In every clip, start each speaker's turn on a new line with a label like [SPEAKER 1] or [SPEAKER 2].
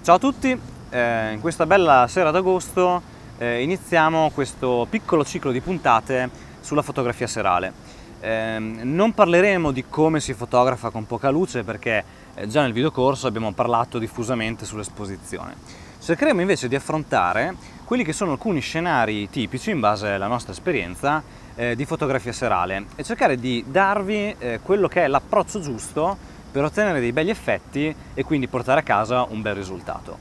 [SPEAKER 1] Ciao a tutti, in questa bella sera d'agosto iniziamo questo piccolo ciclo di puntate sulla fotografia serale. Non parleremo di come si fotografa con poca luce perché già nel video corso abbiamo parlato diffusamente sull'esposizione. Cercheremo invece di affrontare quelli che sono alcuni scenari tipici in base alla nostra esperienza di fotografia serale e cercare di darvi quello che è l'approccio giusto per ottenere dei begli effetti e quindi portare a casa un bel risultato.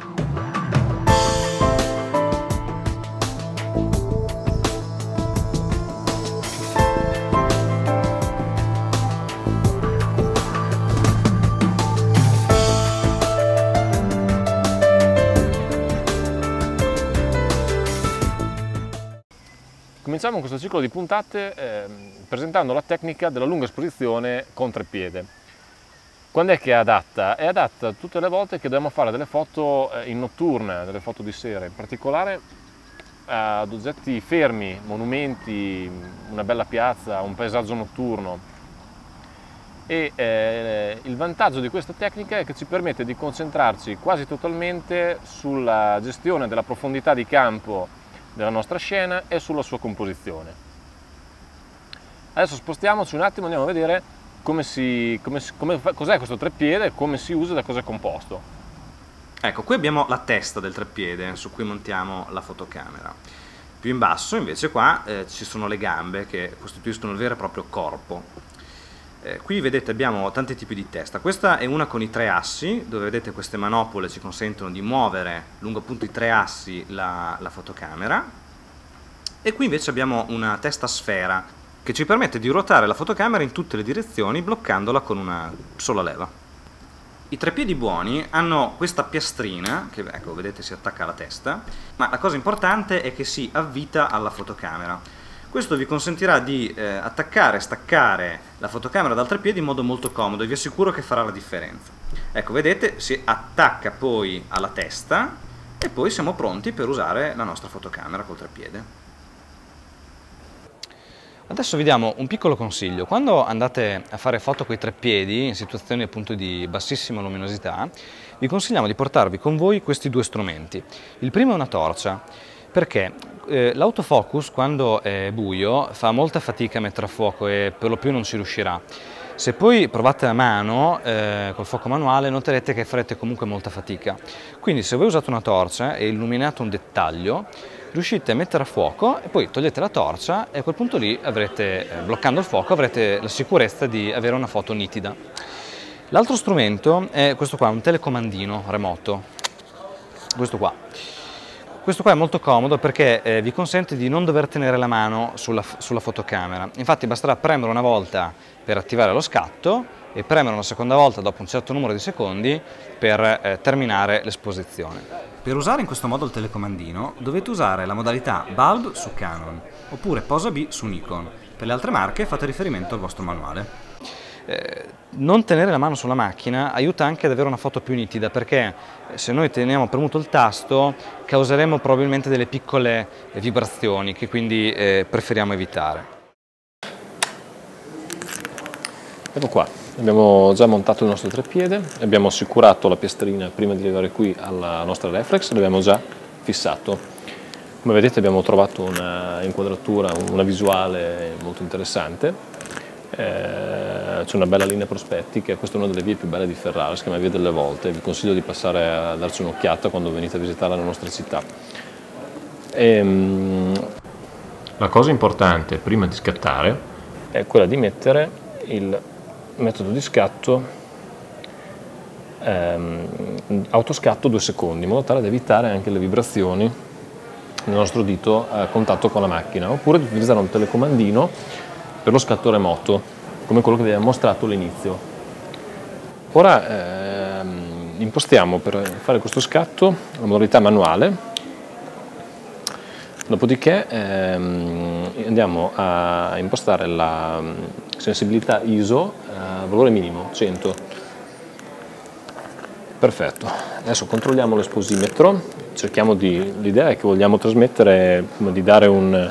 [SPEAKER 2] Cominciamo questo ciclo di puntate presentando la tecnica della lunga esposizione con treppiede. Quando è che è adatta? È adatta tutte le volte che dobbiamo fare delle foto in notturna, delle foto di sera, in particolare ad oggetti fermi, monumenti, una bella piazza, un paesaggio notturno. E il vantaggio di questa tecnica è che ci permette di concentrarci quasi totalmente sulla gestione della profondità di campo della nostra scena e sulla sua composizione. Adesso spostiamoci un attimo, andiamo a vedere cos'è questo treppiede, come si usa e da cosa è composto.
[SPEAKER 1] Ecco, qui abbiamo la testa del treppiede su cui montiamo la fotocamera. Più in basso invece qua ci sono le gambe che costituiscono il vero e proprio corpo. Qui vedete abbiamo tanti tipi di testa. Questa è una con i 3 assi, dove vedete queste manopole ci consentono di muovere lungo appunto i 3 assi la fotocamera. E qui invece abbiamo una testa sfera che ci permette di ruotare la fotocamera in tutte le direzioni bloccandola con una sola leva. I treppiedi buoni hanno questa piastrina che ecco vedete si attacca alla testa, ma la cosa importante è che si avvita alla fotocamera. Questo vi consentirà di attaccare e staccare la fotocamera dal treppiede in modo molto comodo e vi assicuro che farà la differenza. Ecco vedete si attacca poi alla testa e poi siamo pronti per usare la nostra fotocamera col treppiede. Adesso vi diamo un piccolo consiglio. Quando andate a fare foto coi treppiedi in situazioni appunto di bassissima luminosità, vi consigliamo di portarvi con voi questi 2 strumenti. Il primo è una torcia, perché l'autofocus quando è buio fa molta fatica a mettere a fuoco e per lo più non ci riuscirà. Se poi provate a mano col fuoco manuale noterete che farete comunque molta fatica. Quindi se voi usate una torcia e illuminate un dettaglio, riuscite a mettere a fuoco e poi togliete la torcia e a quel punto lì avrete, bloccando il fuoco, avrete la sicurezza di avere una foto nitida. L'altro strumento è questo qua, un telecomandino remoto, questo qua. Questo qua è molto comodo perché vi consente di non dover tenere la mano sulla fotocamera. Infatti basterà premere una volta per attivare lo scatto e premere una seconda volta dopo un certo numero di secondi per terminare l'esposizione. Per usare in questo modo il telecomandino dovete usare la modalità Bulb su Canon oppure Posa B su Nikon. Per le altre marche fate riferimento al vostro manuale. Non tenere la mano sulla macchina aiuta anche ad avere una foto più nitida perché se noi teniamo premuto il tasto causeremo probabilmente delle piccole vibrazioni che quindi preferiamo evitare.
[SPEAKER 2] Ecco qua, abbiamo già montato il nostro treppiede, abbiamo assicurato la piastrina prima di arrivare qui alla nostra reflex, l'abbiamo già fissato. Come vedete abbiamo trovato una inquadratura, una visuale molto interessante. C'è una bella linea prospettica, questa è una delle vie più belle di Ferrara, si chiama Via delle Volte, vi consiglio di passare a darci un'occhiata quando venite a visitare la nostra città. La cosa importante prima di scattare è quella di mettere il metodo di scatto autoscatto 2 secondi, in modo tale da evitare anche le vibrazioni del nostro dito a contatto con la macchina, oppure di utilizzare un telecomandino per lo scatto remoto, come quello che vi abbiamo mostrato all'inizio. Ora impostiamo per fare questo scatto la modalità manuale, dopodiché andiamo a impostare la sensibilità ISO a valore minimo, 100. Perfetto, adesso controlliamo l'esposimetro, l'idea è che vogliamo trasmettere, di dare una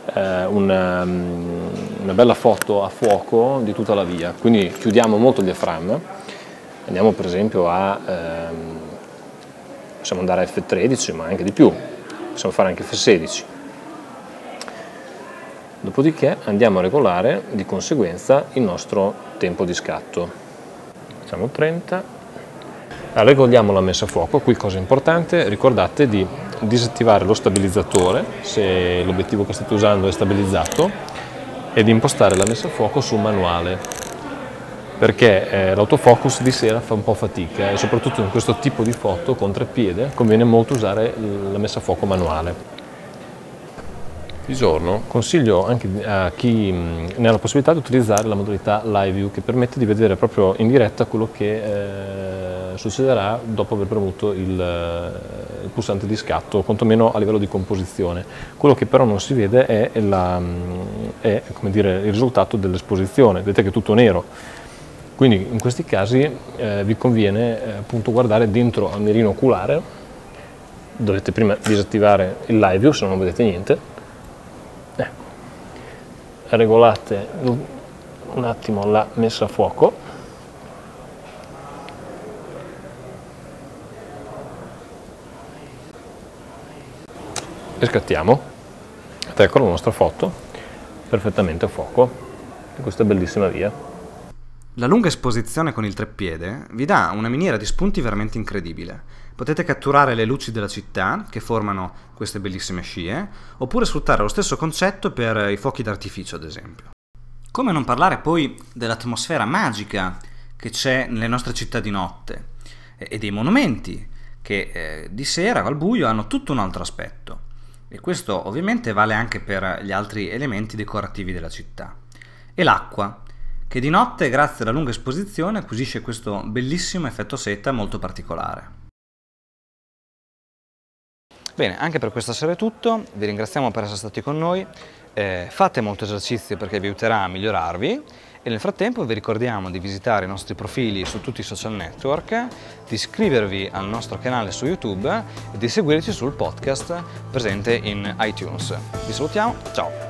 [SPEAKER 2] bella foto a fuoco di tutta la via, quindi chiudiamo molto il diaframma, andiamo per esempio a possiamo andare a F13, ma anche di più, possiamo fare anche F16. Dopodiché andiamo a regolare di conseguenza il nostro tempo di scatto. Facciamo 30. Regoliamo la messa a fuoco. Qui cosa importante, ricordate di disattivare lo stabilizzatore se l'obiettivo che state usando è stabilizzato e di impostare la messa a fuoco su manuale, perché l'autofocus di sera fa un po' fatica e soprattutto in questo tipo di foto con treppiede conviene molto usare la messa a fuoco manuale. Di giorno consiglio anche a chi ne ha la possibilità di utilizzare la modalità Live View, che permette di vedere proprio in diretta quello che succederà dopo aver premuto il pulsante di scatto, quantomeno a livello di composizione. Quello che però non si vede è come dire, il risultato dell'esposizione. Vedete che è tutto nero, quindi in questi casi vi conviene appunto guardare dentro al mirino oculare. Dovete prima disattivare il Live View, se no non vedete niente. Regolate un attimo la messa a fuoco e scattiamo ed ecco la nostra foto perfettamente a fuoco in questa bellissima via.
[SPEAKER 1] La lunga esposizione con il treppiede vi dà una miniera di spunti veramente incredibile. Potete catturare le luci della città che formano queste bellissime scie, oppure sfruttare lo stesso concetto per i fuochi d'artificio, ad esempio. Come non parlare poi dell'atmosfera magica che c'è nelle nostre città di notte e dei monumenti che di sera al buio hanno tutto un altro aspetto. E questo ovviamente vale anche per gli altri elementi decorativi della città. E l'acqua, che di notte, grazie alla lunga esposizione, acquisisce questo bellissimo effetto seta molto particolare. Bene, anche per questa sera è tutto, vi ringraziamo per essere stati con noi, fate molto esercizio perché vi aiuterà a migliorarvi e nel frattempo vi ricordiamo di visitare i nostri profili su tutti i social network, di iscrivervi al nostro canale su YouTube e di seguirci sul podcast presente in iTunes. Vi salutiamo, ciao!